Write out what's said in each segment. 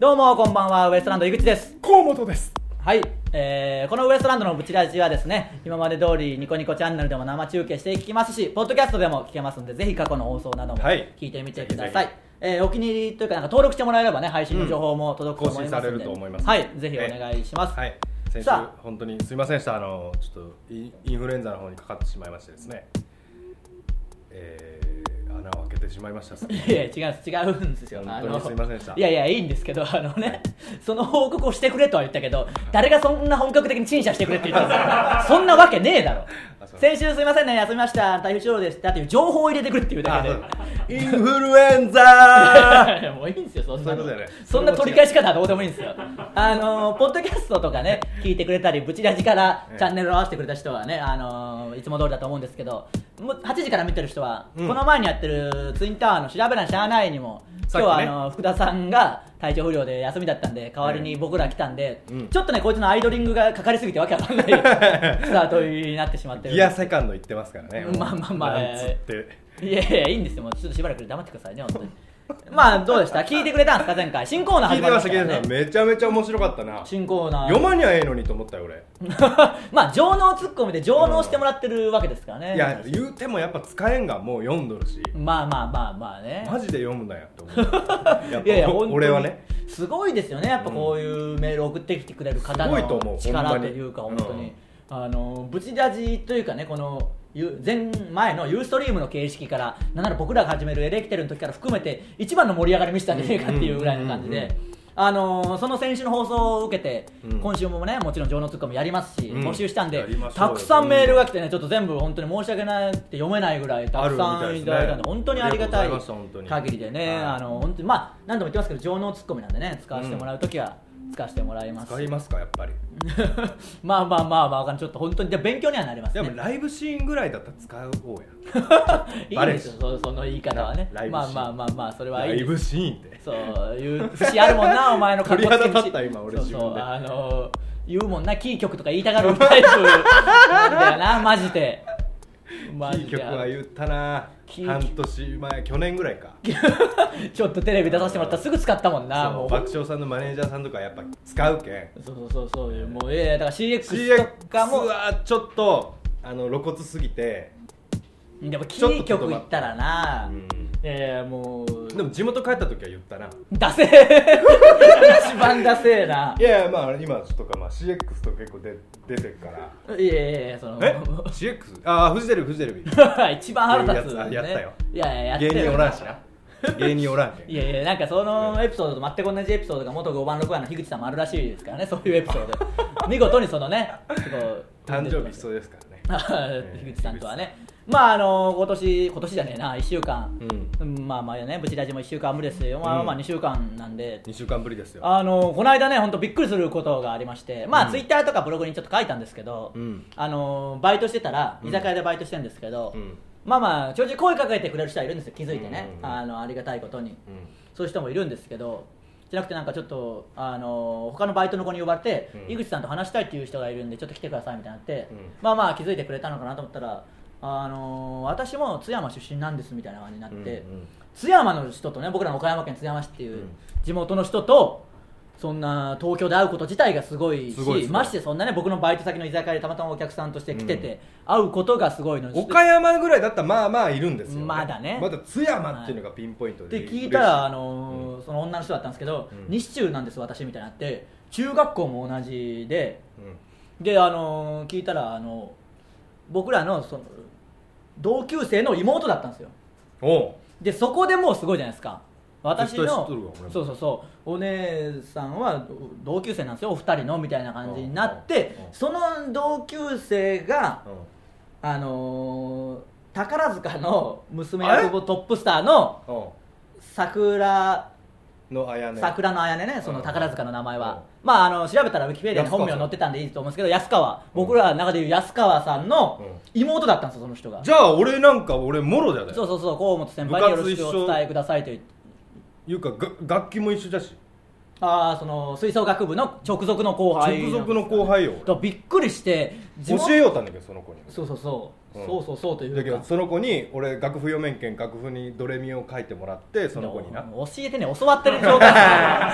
どうもこんばんは、ウエストランド井口です。 河本です。 はい、このウエストランドのブチラジはですね、今まで通りニコニコチャンネルでも生中継していきますし、ポッドキャストでも聞けますので、ぜひ過去の放送なども聞いてみてください。お気に入りというか、登録してもらえればね、配信の情報も届くと思いますので、 更新されると思います。 はい、ぜひお願いします。 はい、先週本当にすいませんでした。ちょっとインフルエンザの方にかかってしまいましてですね、穴を開けてしまいました。 いやいや違うんですよ。 本当にすいませんでした。 いやいいんですけど、その報告をしてくれとは言ったけど、誰がそんな本格的に陳謝してくれって言ったんですか。そんなわけねえだろ。先週すいませんね、休みました、台風症状でしたっていう情報を入れてくれっていうだけで、 インフルエンザもういいんですよ、そんなそういうことだよね。 そんな取り返し方はどうでもいいんですよ。ポッドキャストとかね聞いてくれたり、ブチラジからチャンネルを合わせてくれた人はね、いつも通りだと思うんですけど、8時から見てる人は、この前にやってるツインタワーの調べないしゃあないにも、今日は福田さんが体調不良で休みだったんで、代わりに僕ら来たんで、ちょっとねこいつのアイドリングがかかりすぎてわけわかんないスタートになってしまってる。 ギアセカンド言ってますからね。 まあつっていやいいんですよ、もうちょっとしばらく黙ってくださいね、本当に。まあどうでした？聞いてくれたんですか？前回新コーナー始まりましたからね。 聞いてました。めちゃめちゃ面白かったな。 新コーナー読まにゃええのにと思ったよ俺。 まあ上納ツッコミで上納してもらってるわけですからね。 いや言うてもやっぱ使えんがもう読んどるし、 まあね、 マジで読むなよって思う。 いや本当に俺はねすごいですよね、やっぱこういうメール送ってきてくれる方の力というか、本当にブチラジというかね、この前のユーストリームの形式から、なんなら僕らが始めるエレキテルの時から含めて一番の盛り上がり見せたんじゃねえかっていうぐらいの感じで、その先週の放送を受けて、今週もねもちろん情のツッコミやりますし、募集したんで、たくさんメールが来てね、ちょっと全部本当に申し訳なくて読めないぐらいたくさんいただいたんで、本当にありがたい限りでね、本当にまあ何度も言ってますけど、情のツッコミなんでね、使わせてもらう時は使わせてもらいます。 使いますかやっぱり。 まあちょっと本当に勉強にはなりますね。 でもライブシーンぐらいだったら使う方や。 いいんですよ、その言い方はね。まあそれはいいです。 ライブシーンってそういう節あるもんな、お前の鳥肌立った今俺自分で。 言うもんな、キー局とか言いたがるタイプなんだよな、マジで。 キー局は言ったな、半年前、去年ぐらいか。 ちょっとテレビ出させてもらったらすぐ使ったもんな。もう爆笑さんのマネージャーさんとかやっぱ使うけん。 そうもうだから CX とかも CX はちょっと露骨すぎて。 でもキー局行ったらな、もうでも地元帰った時は言ったな。 ダセー一番ダセーな。 いやまあ今とかCX と結構出てるから。 いやその CX フジテレビ一番腹立つね。 やったよ。 いややってる芸人おらんしな。芸人おらんけん。 いやなんかそのエピソードと全く同じエピソードが元5番6番の樋口さんもあるらしいですからね、そういうエピソード見事にそのね誕生日そうですからね。 樋口さんとはね、まあ今年じゃねえな、1週間、まあね、ブチラジも1週間ぶりですよ。まあ2週間なんで、 2週間ぶりですよ。 この間ね、本当びっくりすることがありまして、まあツイッターとかブログにちょっと書いたんですけど、バイトしてたら、居酒屋でバイトしてるんですけど、まあ正直声かけてくれる人はいるんですよ、気づいてね、ありがたいことに、そういう人もいるんですけど、じゃなくてなんかちょっと他のバイトの子に呼ばれて、井口さんと話したいっていう人がいるんでちょっと来てくださいみたいになって、まあ気づいてくれたのかなと思ったら、私も津山出身なんですみたいな感じになって、津山の人とね、僕らの岡山県津山市っていう地元の人とそんな東京で会うこと自体がすごいし、ましてそんなね、僕のバイト先の居酒屋でたまたまお客さんとして来てて、会うことがすごいの。 岡山ぐらいだったらまあいるんですよ、ね、 まだね、 まだ津山っていうのがピンポイントで、 で聞いたらその女の人だったんですけど、西中なんです私みたいになって、中学校も同じで、で聞いたら僕らのその同級生の妹だったんですよ。でそこでもうすごいじゃないですか。私のそうお姉さんは同級生なんですよ、お二人のみたいな感じになって、その同級生が宝塚の娘役トップスターの桜の綾音ね、その宝塚の名前は、まあ調べたらウィキペディアに本名載ってたんでいいと思うんですけど、安川、僕らの中でいう安川さんの妹だったんですよ、その人が。 じゃあ俺もろじゃない。 そう河本先輩によろしくお伝えくださいというか楽器も一緒だし、 その吹奏楽部の直属の後輩よ。 だびっくりして教えようたんだけど、その子に。 そうというか、 だけどその子に俺楽譜読めんけん楽譜にドレミを書いてもらって、その子にな教えてね、教わってる状態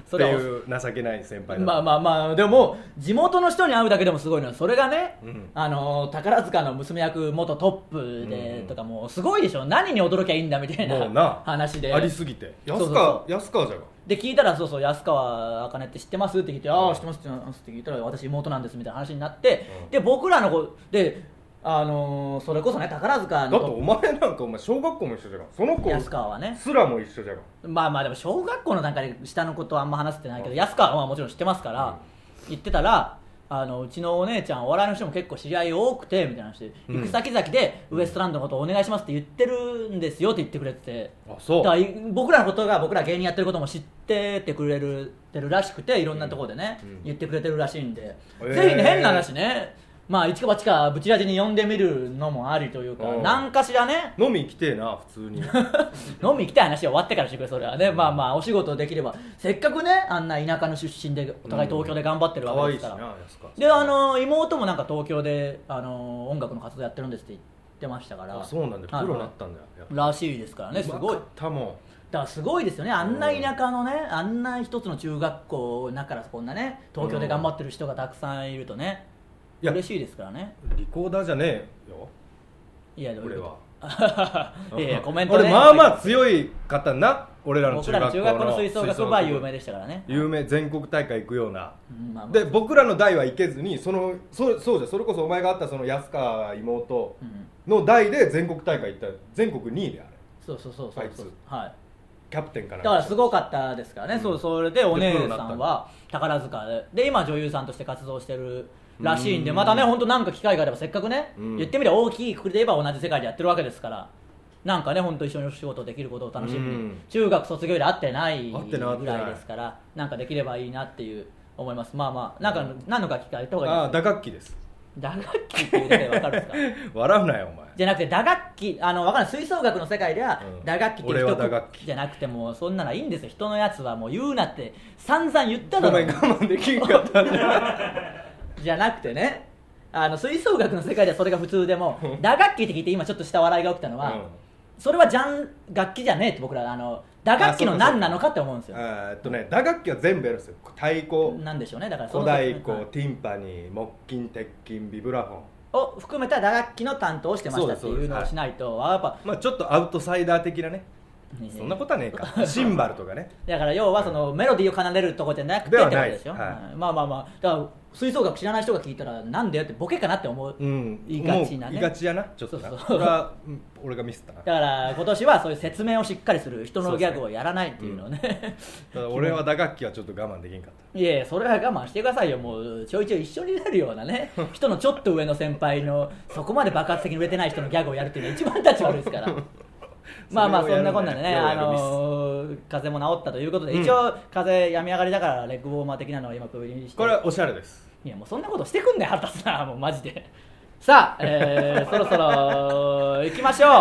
っていう情けない先輩だ。 まあでも地元の人に会うだけでもすごいのはそれがね、宝塚の娘役元トップでとかもうすごいでしょ。何に驚きゃいいんだみたいな話でありすぎて安川じゃがで聞いたらそう安川茜って知ってますって聞いて、ああ知ってますって聞いたら私妹なんですみたいな話になって、で僕らの子でそれこそね宝塚のだってお前なんか小学校も一緒じゃん。その子安川はねすらも一緒じゃん。 まあでも小学校の段階で下のことはあんま話してないけど、安川はもちろん知ってますから、言ってたらうちのお姉ちゃんお笑いの人も結構知り合い多くてみたいな話で、行く先々でウエストランドのことをお願いしますって言ってるんですよって言ってくれてて、 そうだから僕らのことが僕ら芸人やってることも知っててくれてるらしくて、いろんなところでね、言ってくれてるらしいんで、ぜひね変な話ね、まあ一か八かブチラジに呼んでみるのもありというか、何かしらね飲み来てえな普通に飲み行きたい話は終わってからしてくれ。それはね、まあお仕事できれば、せっかくねあんな田舎の出身でお互い東京で頑張ってるわけですから、で妹もなんか東京で音楽の活動やってるんですって言ってましたから。 そうなんだよ、プロになったんだよらしいですからね。すごいだからすごいですよね。あんな田舎のね、あんな一つの中学校の中からこんなね東京で頑張ってる人がたくさんいるとね、嬉しいですからね。 リコーダーじゃねえよ。 いや俺はコメントね。 俺まあまあ強い方な。俺らの中学校の吹奏楽部は有名でしたからね。 有名、全国大会行くような、で僕らの代は行けずに、そうじゃ、それこそお前があったその安川妹の代で全国大会行った。全国2位であれ。そうあいつ、はい、キャプテンかな。 だからすごかったですからね。それでお姉さんは宝塚で今女優さんとして活動してるらしいんで、またね本当なんか機会があれば、せっかくね、言ってみれば大きいくくりで言えば同じ世界でやってるわけですから、なんかね本当一緒にお仕事できることを楽しみに、中学卒業以来会ってないぐらいですから、なんかできればいいなっていう思います。まあなんか何の楽器か言った方がいいですか。 打楽器です。 打楽器っていうだけで分かるんですか笑うなよお前。 じゃなくて打楽器、分かんない、吹奏楽の世界では打楽器っていう人じゃなくても、そんなのいいんですよ。人のやつはもう言うなって散々言っただろ。 ごめん我慢できんかったんじゃなくてね、吹奏楽の世界ではそれが普通でも、打楽器って聞いて今ちょっとした笑いが起きたのは、それは楽器じゃねえって僕ら打楽器の何なのかって思うんですよ。 打楽器は全部やるんですよ。太鼓なんでしょうね。だから小太鼓、ティンパニー、木琴、鉄琴、ビブラフォンを含めた打楽器の担当をしてましたっていうのをしないと、やっぱちょっとアウトサイダー的なね。そんなことはねえか。シンバルとかね。 だから要はそのメロディーを奏でるところじゃなくてってことですよ。まあだから吹奏楽知らない人が聞いたらなんでよってボケかなって思う、言いがちなね。 言いがちやな。ちょっとな。それは俺がミスったな。 だから今年はそういう説明をしっかりする、人のギャグをやらないっていうのをね。 俺は打楽器はちょっと我慢できんかった。 いやそれは我慢してくださいよ。もうちょいちょい一緒になるようなね人のちょっと上の先輩のそこまで爆発的に売れてない人のギャグをやるっていうのは一番立ち悪いですからまあそんなこんなでね、風邪も治ったということで、一応風邪病み上がりだからレッグウォーマー的なのを今首にして、 これはおしゃれです。 いやもうそんなことしてくんねん腹立つなもうマジで。さあ、そろそろ行きましょ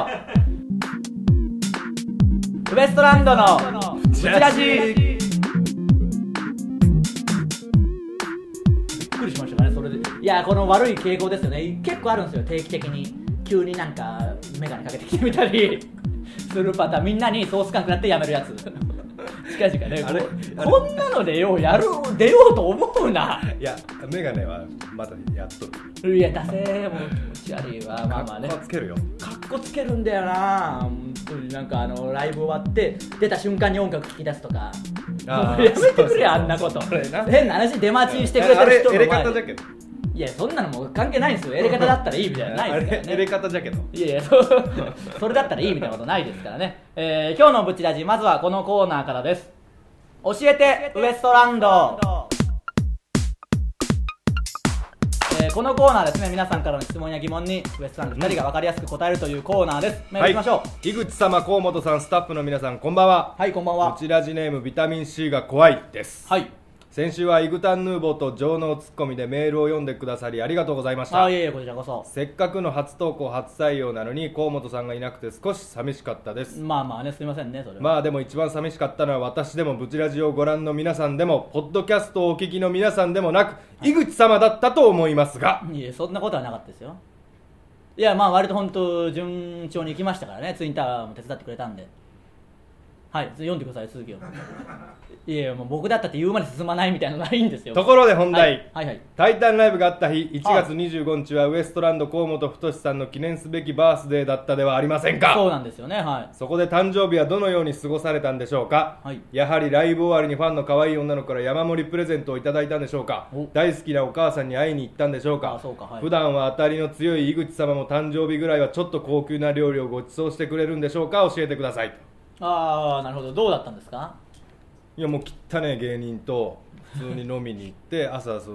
う。ウエストランドのブチラジ。びっくりしましたかねそれで。いやこの悪い傾向ですよね。結構あるんですよ定期的に。急になんかメガネかけてきてみたりするパターン。みんなにソース感食らってやめるやつ近々ね。こんなのでよう出ようと思うな。 いやメガネはまだやっとる。 いや出せもうチャリはまあね。 かっこつけるよ。 かっこつけるんだよな本当に。なんかライブ終わって出た瞬間に音楽聴き出すとか。やめてくれあんなこと。変な話出待ちしてくれてる人の前で。 あれエレカタじゃけど。 いやそんなのもう関係ないんですよ。エレカタだったらいいみたいなないですからね。 エレカタじゃけど。 いやそれだったらいいみたいなことないですからね。今日のブチラジ、まずはこのコーナーからです。教えてウエストランド。このコーナーですね、皆さんからの質問や疑問にウエストランド2人が分かりやすく答えるというコーナーです。メールしましょう。 井口様、河本さん、スタッフの皆さん、こんばんは。 はい、こんばんは。 ブチラジネームビタミン C が怖いです。 はい。 先週はイグタンヌーボーと情能ツッコミでメールを読んでくださりありがとうございました。 いえいえこちらこそ。 せっかくの初投稿初採用なのに河本さんがいなくて少し寂しかったです。 まあねすみませんねそれは。 まあでも一番寂しかったのは私でもブチラジをご覧の皆さんでもポッドキャストをお聞きの皆さんでもなく、井口様だったと思いますが。 いえそんなことはなかったですよ。いやまあ割と本当順調にいきましたからね。ツインタワーも手伝ってくれたんで。 はい読んでください続きをいやもう僕だったって言うまで進まないみたいなのないんですよ。 ところで本題、 はいはいはい、 タイタンライブがあった日1月25日はウエストランド河本太さんの記念すべきバースデーだったではありませんか。 そうなんですよね、はい、 そこで誕生日はどのように過ごされたんでしょうか、はい、やはりライブ終わりにファンの可愛い女の子から山盛りプレゼントをいただいたんでしょうか、大好きなお母さんに会いに行ったんでしょうか、はい、普段は当たりの強い井口様も誕生日ぐらいはちょっと高級な料理をご馳走してくれるんでしょうか、教えてください。 ああなるほど、どうだったんですか。 いやもう汚ね芸人と普通に飲みに行って朝方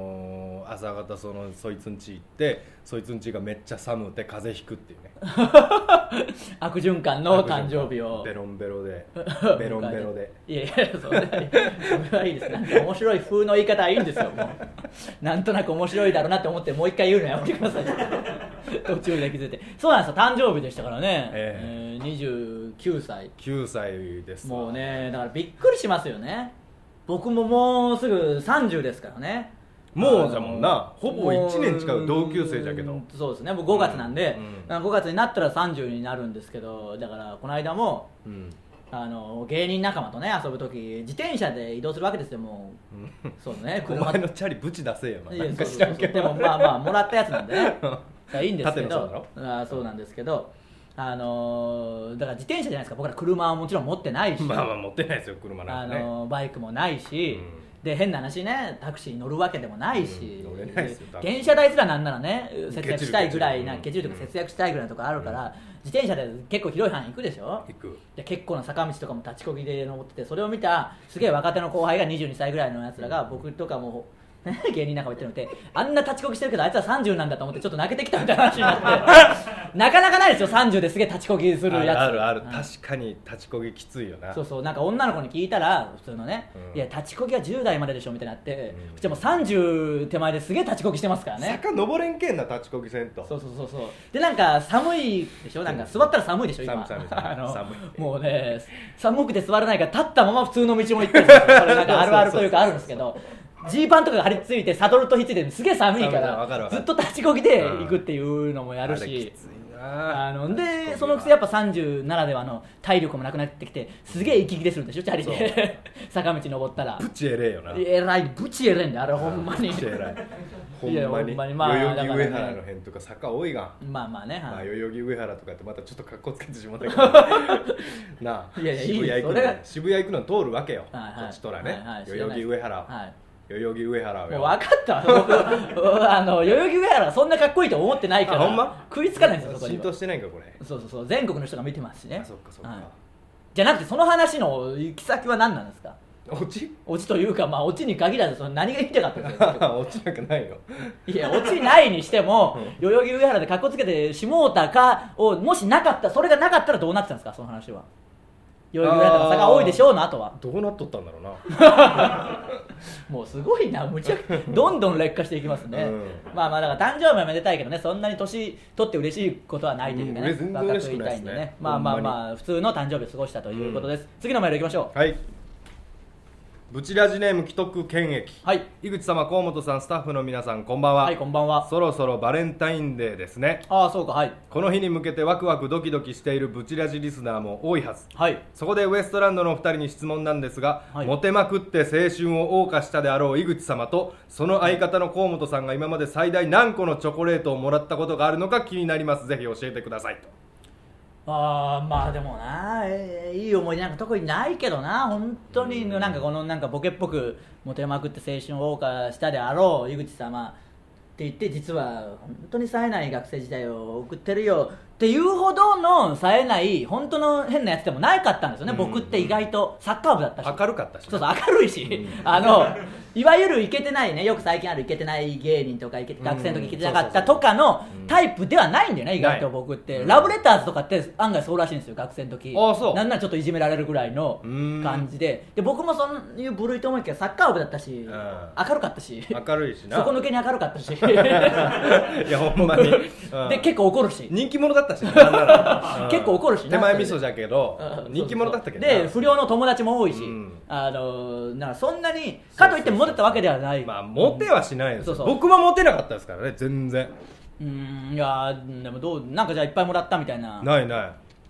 そいつん家行ってそいつん家がめっちゃ寒くて風邪ひくっていうね悪循環の誕生日をベロンベロでベロンベロでいやいやそれはいいです。なんか面白い風の言い方はいいんですよ。もうなんとなく面白いだろうなって思ってもう一回言うのやめてください途中で気づいて。そうなんですよ、誕生日でしたからね、29歳 9歳ですもうね。だからびっくりしますよね。僕ももうすぐ30ですからね。 もうじゃもんな、ほぼ1年近う同級生じゃけど。 そうですね、僕5月なんで、5月になったら30になるんですけど、だからこの間も、芸人仲間とね遊ぶとき自転車で移動するわけですよ。もう、そうね、 お前のチャリブチ出せよな。なんか知らんけど、でもまあまあもらったやつなんでねいいんですけど、そうなんですけど、だから自転車じゃないですか。僕ら車はもちろん持ってないし、 まあまあ持ってないですよ車なんてね。 バイクもないし、で変な話ね、タクシーに乗るわけでもないし、 乗れないですよ。 電車代すらなんならね節約したいぐらいな、血流とか節約したいぐらいのとこあるから、自転車で結構広い範囲行くでしょ。行く。で結構な坂道とかも立ちこぎで登ってて、それを見たすげえ若手の後輩が22歳ぐらいのやつらが僕とかも芸人仲間言ってるので、あんな立ちこぎしてるけどあいつは30なんだと思ってちょっと泣けてきたみたいな話になってなかなかないですよ30ですげえ立ちこぎするやつ。 ある、確かに立ちこぎきついよな。 そうなんか女の子に聞いたら普通のね、いや立ちこぎは10代まででしょみたいになって、うちはもう30手前ですげえ立ちこぎしてますからね。 坂登れんけんな立ちこぎせんと。 そうでなんか寒いでしょ、なんか座ったら寒いでしょ今。寒いもうね寒くて座れないから立ったまま普通の道も行ってるんですよ。これなんかあるあるというかあるんですけど、ジーパンとかが張り付いてサドルとひっついてすげえ寒いからずっと立ちこぎで行くっていうのもやるし、でそのくせやっぱ30ならではの体力もなくなってきてすげえ息切れするんでしょチャリで坂道登ったら。 ブチエレよな。 えらいブチエレんであれほんまに。 ブチエラいほんまに。代々木上原の辺とか坂多いがん。 まあね、 代々木上原とかってまたちょっと格好つけてしまったけどなあ、渋谷行くの通るわけよこっちとらね。代々木上原、代々木上原をよ。 分かった僕代々木上原そんなかっこいいと思ってないから。 ほんま食いつかないんですよそこに。 浸透してないんかこれ。 そう全国の人が見てますしね。 そっか、 じゃなくてその話の行き先は何なんですか。 オチというか、まあオチに限らずその何が言いたかったんですか。 オチなんかないよ。 いやオチないにしても代々木上原でかっこつけてしもうたかをもしなかった、それがなかったらどうなってたんですかその話は。代々木上原の坂多いでしょうの後はどうなっとったんだろうなもうすごいな、むちゃくどんどん劣化していきますね、まあだから誕生日はめでたいけどね、そんなに年取って嬉しいことはないというかね、 全然嬉しくないですね。 まあ普通の誕生日を過ごしたということです。次のメールいきましょう。 はい、ブチラジネーム既得権益、井口様、河本さん、スタッフの皆さん、こんばんは。 こんばんは。 そろそろバレンタインデーですね。 そうか。 この日に向けてワクワクドキドキしているブチラジリスナーも多いはず。 はい。 そこでウエストランドのお二人に質問なんですが、モテまくって青春を謳歌したであろう井口様とその相方の河本さんが今まで最大何個のチョコレートをもらったことがあるのか気になります。ぜひ教えてくださいと。 まあでもな、いい思い出なんか特にないけどな、本当になんかこのなんかボケっぽくモテまくって青春を謳歌したであろう井口様って言って、実は本当に冴えない学生時代を送ってるよっていうほどの冴えない本当の変なやつでもなかったんですよね。僕って意外とサッカー部だったし、 明るかったし、 そう明るいし、いわゆるイケてないね、よく最近あるイケてない芸人とか学生の時イケてなかったとかのタイプではないんだよね、意外と僕って。ラブレターズとかって案外そうらしいんですよ、学生の時。なんならちょっといじめられるぐらいの感じで、僕もそういう部類と思うけどサッカー部だったし、明るかったし、 明るいしな、 底抜けに明るかったしいやほんまにで結構怒るし、 人気者だったしね結構怒るし、 手前味噌じゃけど人気者だったけど、 で不良の友達も多いし、なんかそんなにかといってモテたわけではない。 まあモテはしないですよ。僕もモテなかったですからね、全然。 いやでもなんかじゃあいっぱいもらったみたいな。 ない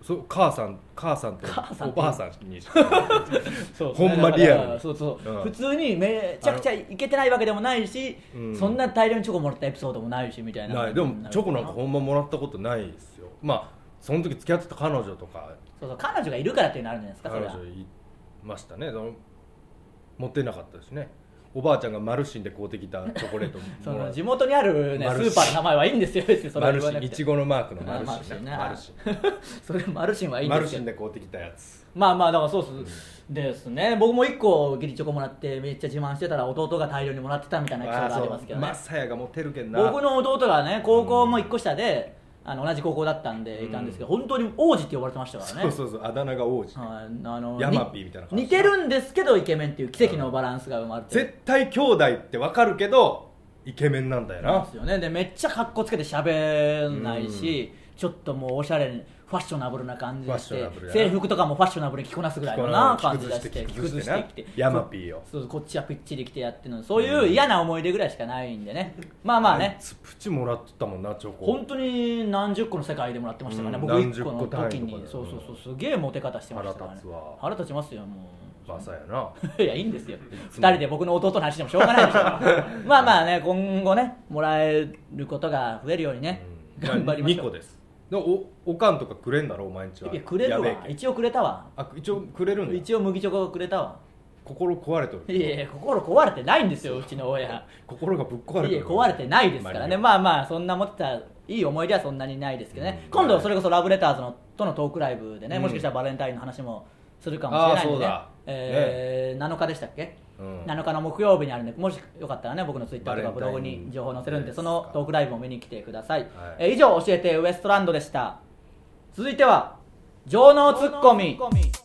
母さんっておばあさんにそうほんまリアルにそう、普通にめちゃくちゃイケてないわけでもないし、そんな大量にチョコもらったエピソードもないしみたいな。 でもチョコなんかほんまもらったことないですよ。まあその時付き合ってた彼女とか、 彼女がいるからっていうのあるんじゃないですか。 彼女いましたね。持ってなかったですね。おばあちゃんがマルシンで買うてきたチョコレートその地元にある、ね、スーパーの名前はいいんですよ。 マルシン、いちごのマークのマルシンね。 それマルシンはいいんですよ。 マルシンで買うてきたやつ。 まあだからそうですね。僕も1個義理チョコもらってめっちゃ自慢してたら弟が大量にもらってたみたいなエピソードがありますけどね。 マッサヤがモテるけんな。 僕の弟がね高校も1個下で、同じ高校だったんでいたんですけど、本当に王子って呼ばれてましたからね。 そうあだ名が王子、ヤマピーみたいな感じ。 似てるんですけどイケメンっていう奇跡のバランスが生まれて、 絶対兄弟って分かるけどイケメンなんだよな。 ですよね。でめっちゃカッコつけて喋んないし、ちょっともうおしゃれにファッショナブルな感じでして、制服とかもファッショナブルに着こなすぐらいのな感じがして、着崩してきてヤマピーをそうこっちはぴっちり着てやってるの、そういう嫌な思い出ぐらいしかないんでね。まあね、 プチもらってたもんなチョコ。 本当に何十個の世界でもらってましたからね、僕1個の時に。そうすげえモテ方してましたからね。腹立ちますよもう。 バサやな。 いやいいんですよ。2人で僕の弟の話でもしょうがないでしょ。まあね、今後ねもらえることが増えるようにね、頑張りましょう。 2個です。おかんとかくれんだろお前んちは。 いやくれるわ。一応くれたわ。 一応くれるんだ。 一応麦チョコくれたわ。 心壊れてる。 いや心壊れてないんですようちの親。 心がぶっ壊れてる。 いや壊れてないですからね。まあそんな持ってたいい思い出はそんなにないですけどね。今度それこそラブレターズとのトークライブでね、もしかしたらバレンタインの話もするかもしれないんでね。7日でしたっけ、7日の木曜日にあるんで、もしよかったらね僕のツイッターとかブログに情報載せるんで、そのトークライブも見に来てください。以上教えてウエストランドでした。続いては情能ツッコミ。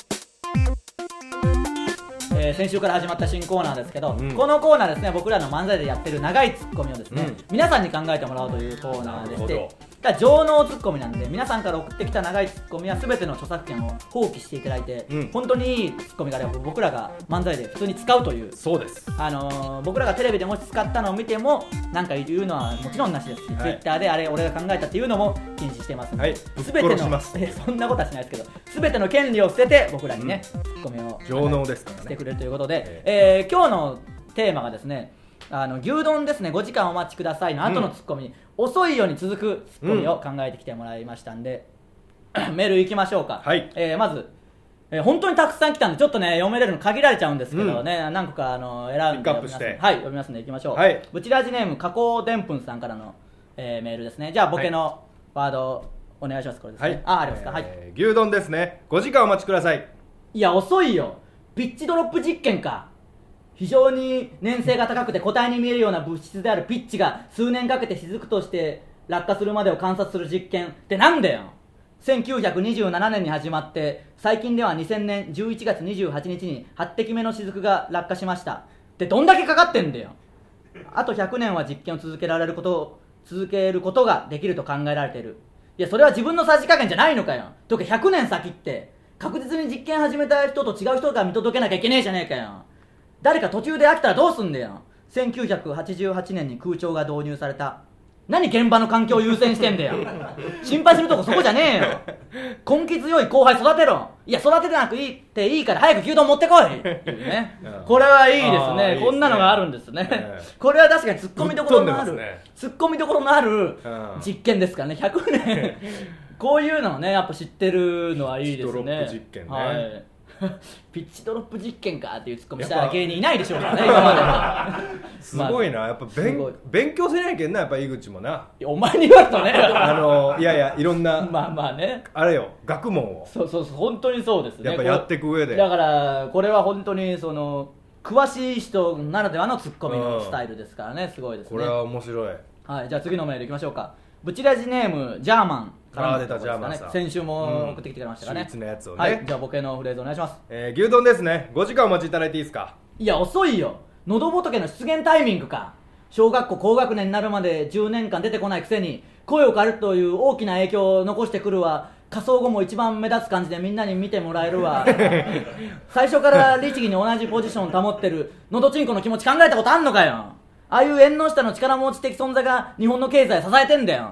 先週から始まった新コーナーですけど、このコーナーですね、僕らの漫才でやってる長いツッコミをですね、皆さんに考えてもらおうというコーナーでして、情能ツッコミなんで、皆さんから送ってきた長いツッコミは全ての著作権を放棄していただいて、本当にいいツッコミがあれば僕らが漫才で普通に使うという。 そうです。 僕らがテレビでもし使ったのを見ても何か言うのはもちろんなしですし、ツイッターであれ俺が考えたっていうのも禁止してますので、全てのそんなことはしないですけど、全ての権利を捨てて僕らにね、ツッコミを情能ですからねしてくれるということで、今日のテーマがですね、牛丼ですね、5時間お待ちくださいの後のツッコミ、遅いよに続くツッコミを考えてきてもらいましたんで、メールいきましょうか。まず、本当にたくさん来たんでちょっとね読めれるの限られちゃうんですけどね、何個か選んで読みますんでいきましょう。ブチラジネーム加工でんぷんさんからの、メールですね。じゃあボケのワードお願いします。これですね。ありますか。 牛丼ですね、5時間お待ちください。 いや遅いよ、ピッチドロップ実験か。非常に粘性が高くて固体に見えるような物質であるピッチが数年かけて雫として落下するまでを観察する実験ってなんだよ。1927年に始まって最近では2000年11月28日に8滴目の雫が落下しましたってどんだけかかってんだよ。あと100年は実験を続けることができると考えられている。いやそれは自分のさじ加減じゃないのかよ。とか100年先って確実に実験始めた人と違う人が見届けなきゃいけねえじゃねえかよ。誰か途中で飽きたらどうすんだよ。1988年に空調が導入された。何現場の環境を優先してんだよ。心配するとこそこじゃねえよ。根気強い後輩育てろ。いや育てなくいいっていいから早く牛丼持ってこいっていうね。これはいいですね。こんなのがあるんですね。これは確かにツッコミどころのある、ツッコミどころのある実験ですからね。100年こういうのをねやっぱ知ってるのはいいですね。 ピッチドロップ実験ね。 ピッチドロップ実験かっていうツッコミした芸人いないでしょうからね今までは。 すごいな、やっぱ勉強せないけんな、やっぱ井口もな。 お前に言われたねいやいろんなまあね、 あれよ、学問をそう本当にそうですね。 やっぱやっていく上でだからこれは本当にその詳しい人ならではのツッコミのスタイルですからね、すごいですね。 これは面白い。 はい、じゃあ次のメールいきましょうか。ブチラジネームジャーマンから出たジャーマンさん、 先週も送ってきてくれましたからね。 秀逸なやつをね。 はい、じゃあボケのフレーズお願いします。 牛丼ですね、5時間お待ちいただいていいですか。 いや遅いよ、喉仏の出現タイミングか。小学校高学年になるまで10年間出てこないくせに声を借りるという大きな影響を残してくるわ。仮装後も一番目立つ感じでみんなに見てもらえるわ最初から律儀に同じポジションを保ってるのどちんこの気持ち考えたことあんのかよ。ああいう縁の下の力持ち的存在が日本の経済支えてんだよ。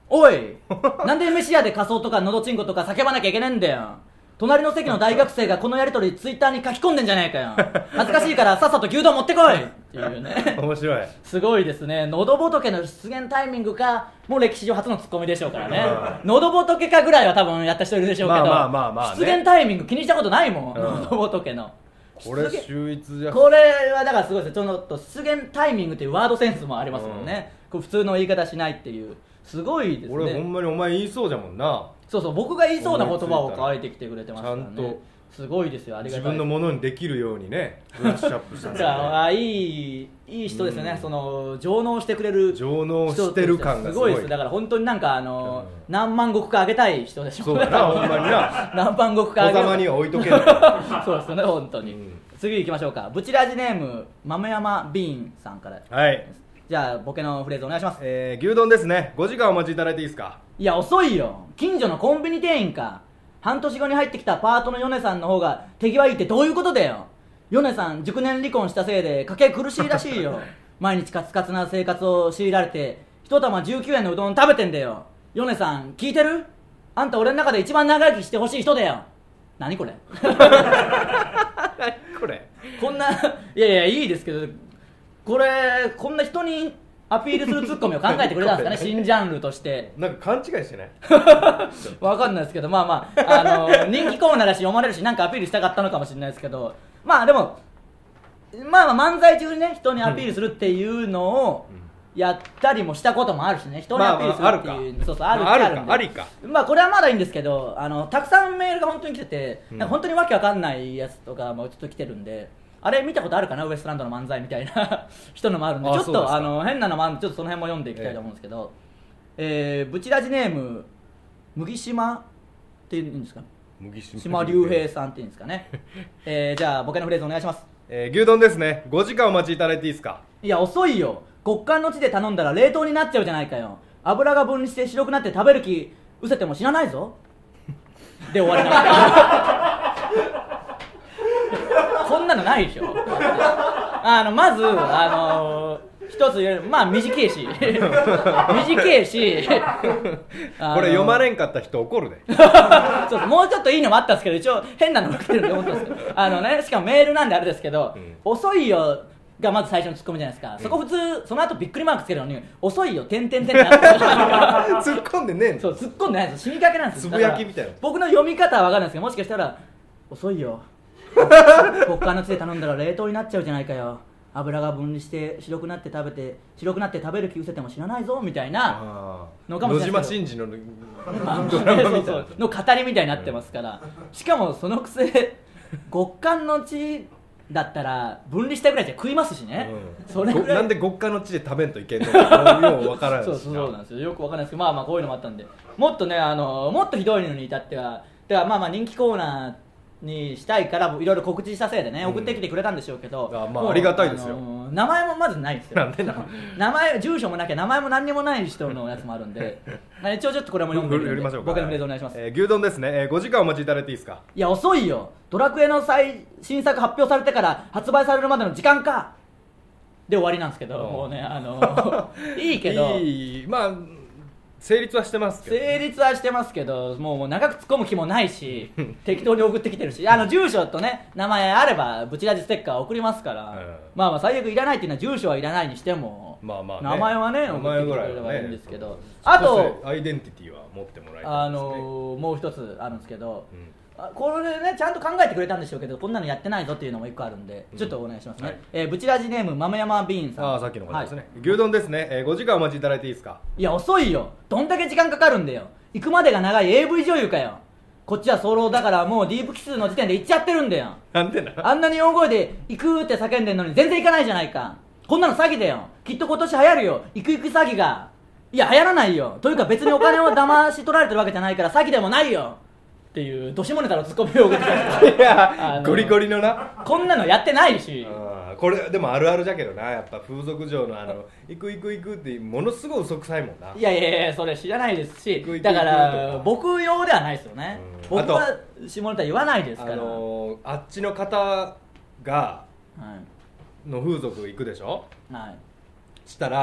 おいなんで飯屋で仮装とかのどちんことか叫ばなきゃいけねえんだよ。隣の席の大学生がこのやり取りツイッターに書き込んでんじゃねえかよ。恥ずかしいからさっさと牛丼持ってこいっていうね。 面白い。 すごいですね。喉仏の出現タイミングかもう歴史上初のツッコミでしょうからね。喉仏かぐらいは多分やった人いるでしょうけど、出現タイミング気にしたことないもん、喉仏の。 これ秀逸じゃん。 これはだからすごいですよ。ちょっと出現タイミングっていうワードセンスもありますもんね。これ普通の言い方しないっていう。すごいですね。 俺ほんまにお前言いそうじゃもんな。 そうそう、僕が言いそうな言葉を書いてきてくれてますからね。ちゃんとすごいですよ。ありがたい。 自分のものにできるようにね、ブラッシュアップしたんだいい人ですよね。その上納してくれる上納してる感がすごいです。 だから本当になんか何万石かあげたい人でしょ。 そうだな、ほんまにな。 何万石かあげる。 小玉には置いとけない。 そうですよね、本当に。次行きましょうか。ブチラジネーム豆山ビーンさんから。 はい。 じゃあボケのフレーズお願いします。 牛丼ですね。5時間お待ちいただいていいですか。 いや遅いよ。近所のコンビニ店員か。半年後に入ってきたパートの米さんの方が手際いいってどういうことだよ。米さん熟年離婚したせいで家計苦しいらしいよ。毎日カツカツな生活を強いられて一玉19円のうどん食べてんだよ。米さん聞いてる？あんた俺の中で一番長生きしてほしい人だよ。何これ何これこんないやいいですけど、これこんな人にアピールするツッコミを考えてくれたんですかね。新ジャンルとしてなんか勘違いしてないわかんないですけど、まあ人気コーナーだし読まれるし、なんかアピールしたかったのかもしれないですけど、でも漫才中にね人にアピールするっていうのをやったりもしたこともあるしね。人にアピールするっていう、そうそう、あるんで、 ありか。 これはまだいいんですけど、たくさんメールが本当に来てて、なんか本当にわけわかんないやつとかもちょっと来てるんで、あれ見たことあるかな、ウエストランドの漫才みたいな人のもあるんで、ちょっと変なのもあるんで、ちょっとその辺も読んでいきたいと思うんですけど、ブチラジネーム麦島っていうんですか、島隆平さんっていうんですかね。じゃあボケのフレーズお願いします。 牛丼ですね。5時間お待ちいただいていいですか。 いや遅いよ。極寒の地で頼んだら冷凍になっちゃうじゃないかよ。油が分離して白くなって食べる気失せても知らないぞで終わりますこんなのないでしょ。まず一つ言える、短いし短いしこれ読まれんかった人怒るでそうもうちょっといいのもあったんですけど、一応変なのが来てると思ったんですけどしかもメールなんであれですけど、遅いよがまず最初のツッコミじゃないですか。そこ普通その後びっくりマークつけるのに遅いよ点々点ってなって突っ込んでねえんだ。 そう突っ込んでないんですよ。死にかけなんですよ。 つぶやきみたいな。 僕の読み方は分かんないですけど、もしかしたら遅いよ国家の地で頼んだら冷凍になっちゃうじゃないかよ。油が分離して白くなって食べる気失せても知らないぞみたいなのかもしれないですけど、 野島真司のドラマみたいなの語りみたいになってますから、しかもそのくせ極寒の地だったら分離したぐらいじゃ食いますしね、それぐらいなんで極寒の地で食べんといけんのかよく分からないそうなんですよ。よく分からないですけど、こういうのもあったんで、もっとねもっとひどいのに至っては、だから人気コーナーにしたいからいろいろ告知したせいでね、送ってきてくれたんでしょうけど、 ありがたいですよ。 名前もまずないですよ。 なんでな名前住所もなきゃ名前も何にもない人のやつもあるんで一応ちょっとこれも読んでみて僕のフレーズお願いします。 牛丼ですね。5時間お待ちいただいていいですか。 いや遅いよ。ドラクエの新作発表されてから発売されるまでの時間かで終わりなんですけど、もうねいいけど成立はしてますけど、 成立はしてますけど、もう長く突っ込む気もないし適当に送ってきてるし、住所とね名前あればブチラジステッカー送りますから、最悪いらないっていうのは住所はいらないにしても、名前はね送ってきてくれればいいんですけど、あとアイデンティティは持ってもらいたいですね。 もう一つあるんですけど、これねちゃんと考えてくれたんでしょうけど、こんなのやってないぞっていうのも一個あるんで、ちょっとお願いしますね。ブチラジネーム豆山ビーンさん。 さっきの方ですね。牛丼ですね。5時間お待ちいただいていいですか。 いや遅いよ。どんだけ時間かかるんだよ。行くまでが長い AV 女優かよ。こっちは早漏だからもうディープキスの時点で行っちゃってるんだよ。 なんでな。 あんなに大声で行くって叫んでんのに全然行かないじゃないか。こんなの詐欺だよ。きっと今年流行るよ、行く行く詐欺が。いや流行らないよ。というか別にお金を騙し取られてるわけじゃないから詐欺でもないよっていうどしもネタのツッコミを受けてました。 いやゴリゴリのな、 こんなのやってないし。 これでもあるあるじゃけどな、やっぱ風俗嬢の行く行く行くってものすごい嘘くさいもんな。 いやそれ知らないですし、だから僕用ではないですよね。僕は下ネタ言わないですから。 あっちの方がの風俗行くでしょ、したら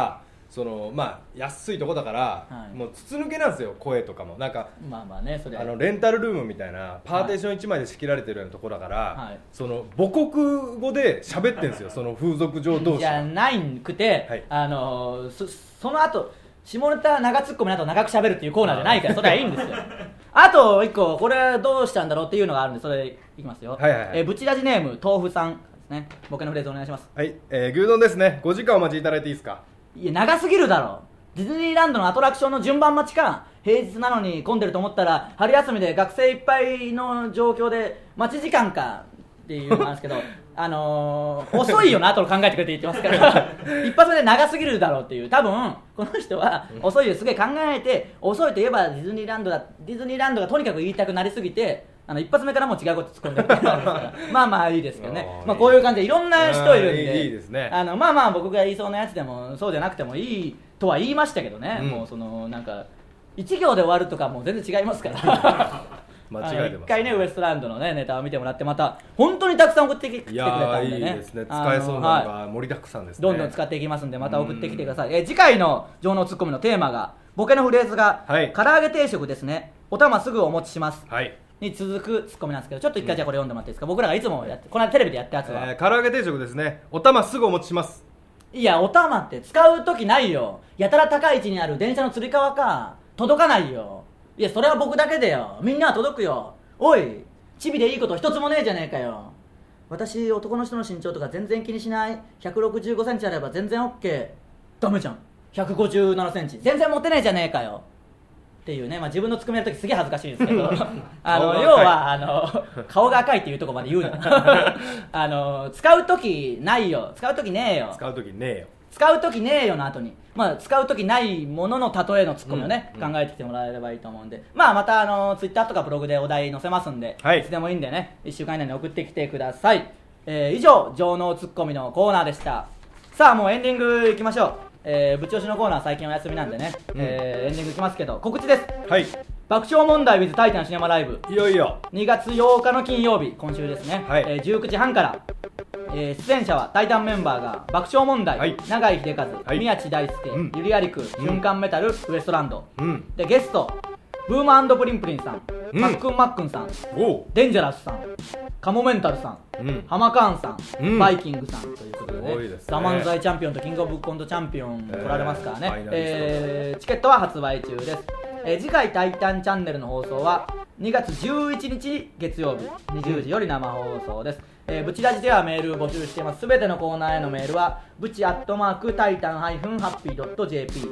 そのまあ安いとこだから、はい、もう筒抜けなんですよ、声とかもなんかまあまあね、それレンタルルームみたいなパーテーション1枚で仕切られてるようなとこだから、はい、その母国語で喋ってるんですよその風俗嬢同士じゃないくて、はい、その後下ネタ長ツッコミの後長く喋るっていうコーナーじゃないからそれはいいんですよあと1個これどうしたんだろうっていうのがあるんでそれいきますよ、はいはいはい、ブチラジネーム豆腐さんですね。ボケのフレーズお願いします。 はい、牛丼ですね。5時間お待ちいただいていいですか。 いや長すぎるだろ。ディズニーランドのアトラクションの順番待ちか。平日なのに混んでると思ったら春休みで学生いっぱいの状況で待ち時間かっていうのなんですけど遅いよなと考えてくれて言ってますから一発目で長すぎるだろうっていう、多分この人は遅いをすげえ考えて、遅いといえばディズニーランドがとにかく言いたくなりすぎて一発目からもう違うこと突っ込んでるってなんですからまあまあいいですけどね、まあ、こういう感じでいろんな人いるんで、 いいですね、 まあまあ僕が言いそうなやつでもそうじゃなくてもいいとは言いましたけどね、もうそのなんか1行で終わるとかもう全然違いますから間違えてます。 一回ねウエストランドのねネタを見てもらって、また本当にたくさん送ってきてくれたんでね、 いやいいですね、使えそうなのが盛りだくさんですね、 どんどん使っていきますんでまた送ってきてください。次回の情能ツッコミのテーマがボケのフレーズが、はい、唐揚げ定食ですね、お玉すぐお持ちします、はい、に続くツッコミなんですけど、ちょっと一回じゃあこれ読んでもらっていいですか。僕らがいつもやってこの間テレビでやったやつは、 唐揚げ定食ですね、お玉すぐお持ちします。 いやお玉って使う時ないよ、やたら高い位置にある電車のつり革か、届かないよ。いやそれは僕だけでよ、みんなは届くよ。おいチビでいいこと一つもねえじゃねえかよ。私男の人の身長とか全然気にしない、165センチあれば全然 OK。 ダメじゃん、157センチ全然持てねえじゃねえかよっていうね、まあ、自分のツッコミやるときすげえ恥ずかしいですけど要は顔が赤いっていうところまで言うの使うときないよ、使うときねえよ、 使うときねえよ、 使うときねえよの後に、まあ、使うときないものの例えのツッコミをね、考えてきてもらえればいいと思うんで、まあ、またツイッターとかブログでお題載せますんで、はい、いつでもいいんでね1週間以内に送ってきてください。以上情能ツッコミのコーナーでした。さあもうエンディングいきましょう。ぶち押しのコーナー最近お休みなんでね、エンディングいきますけど告知です。はい、爆笑問題 with タイタンシネマライブ、 いよいよ 2月8日の金曜日、今週ですね、はい、19時半から、出演者はタイタンメンバーが爆笑問題、はい、永井秀和、はい、宮地大輔、ゆりやりく、瞬間メタル、ウエストランド、でゲストブーマ&プリンプリンさん、マックンマックンさん、デンジャラスさん、カモメンタルさん、ハマカーンさん、バイキングさんということでね、ザ・漫才チャンピオンとキングオブコントチャンピオン取られますからね、チケットは発売中です。次回タイタンチャンネルの放送は2月11日月曜日20時より生放送です。ブチラジではメール募集しています。すべてのコーナーへのメールはブチ@タイタン-happy.jp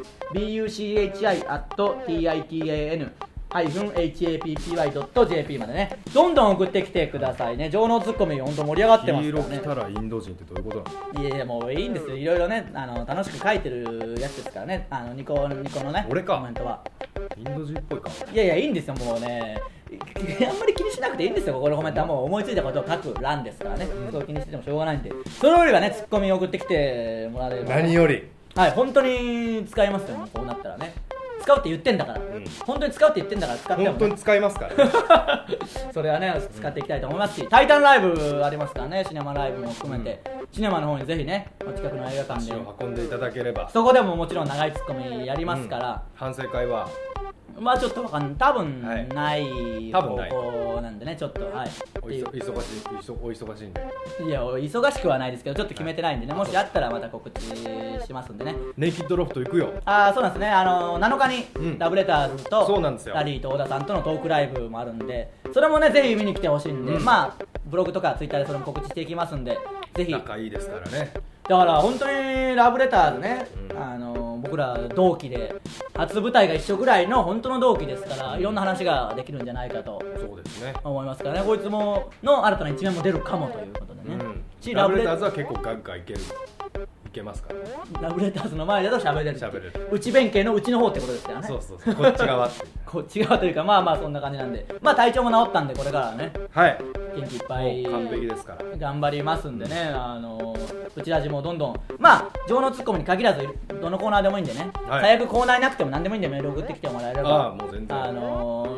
buchi@titan-happy.jp までね、どんどん送ってきてくださいね。情能ツッコミ本当盛り上がってますからね。 黄色来たらインド人ってどういうことなの。いやいやもういいんですよ、いろいろね楽しく書いてるやつですからね、ニコのね俺かコメントはインド人っぽいか。 いやいやいいんですよ、もうねあんまり気にしなくていいんですよ。ここのコメントはもう思いついたことを書く欄ですからね、そう気にしててもしょうがないんで、それよりはねツッコミを送ってきてもらえれば、 何よりはい本当に使いますよ、こうなったらね。使うって言ってんだから、本当に使うって言ってんだから使っても、ね、 本当に使いますからそれはね使っていきたいと思いますし、タイタンライブありますからね、シネマライブも含めて、シネマの方にぜひねお近くの映画館で足を運んでいただければ、 そこでももちろん長いツッコミやりますから、 反省会はまあちょっとわかんない、多分ない方向なんでね、ちょっとはいお忙しいんで、 いや忙しくはないですけどちょっと決めてないんでね、もしあったらまた告知しますんでね。 ネイキッドロフト行くよ。 そうなんですね、7日にラブレターズとラリーと小田さんとのトークライブもあるんで、それもねぜひ見に来てほしいんで、まあブログとかツイッターでそれも告知していきますんで、ぜひ。 仲いいですからね。 だから本当にラブレターズね、僕ら同期で初舞台が一緒ぐらいの本当の同期ですから、いろんな話ができるんじゃないかと思いますからね。こいつもの新たな一面も出るかもということでね、 ラブレターズは結構ガンガンいけますからね。 ラブレターズの前だと喋れる、内弁慶の内の方ってことですからね。 そうこっち側ってこっち側というか、まあまあそんな感じなんで、まあ体調も治ったんでこれからはね、はい元気いっぱい完璧ですから頑張りますんでね、うちラジもどんどん、まあ情のツッコミに限らずどのコーナーでもいいんでね、最悪コーナーいなくても何でもいいんでメール送ってきてもらえれば、 もう全然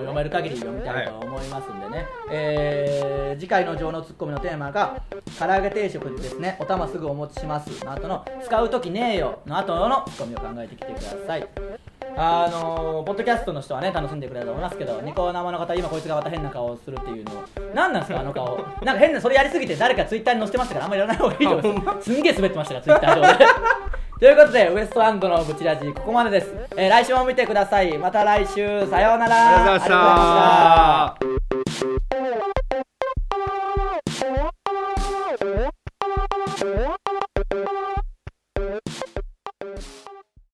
読める限り読みたいと思いますんでね、次回の情のツッコミのテーマが唐揚げ定食ですね、お玉すぐお持ちしますの後の使うときねえよの後のツッコミを考えてきてください。ポッドキャストの人はね楽しんでくれると思いますけど、ニコ生の方今こいつがまた変な顔をするっていうの何なんですかあの顔なんか変なそれやりすぎて誰かツイッターに載せてましたからあんまりやらない方がいいと思いますすんげえ滑ってましたからツイッター上でということでウエストランドのブチラジここまでです、来週も見てください。また来週さようなら。 ありがとうございました。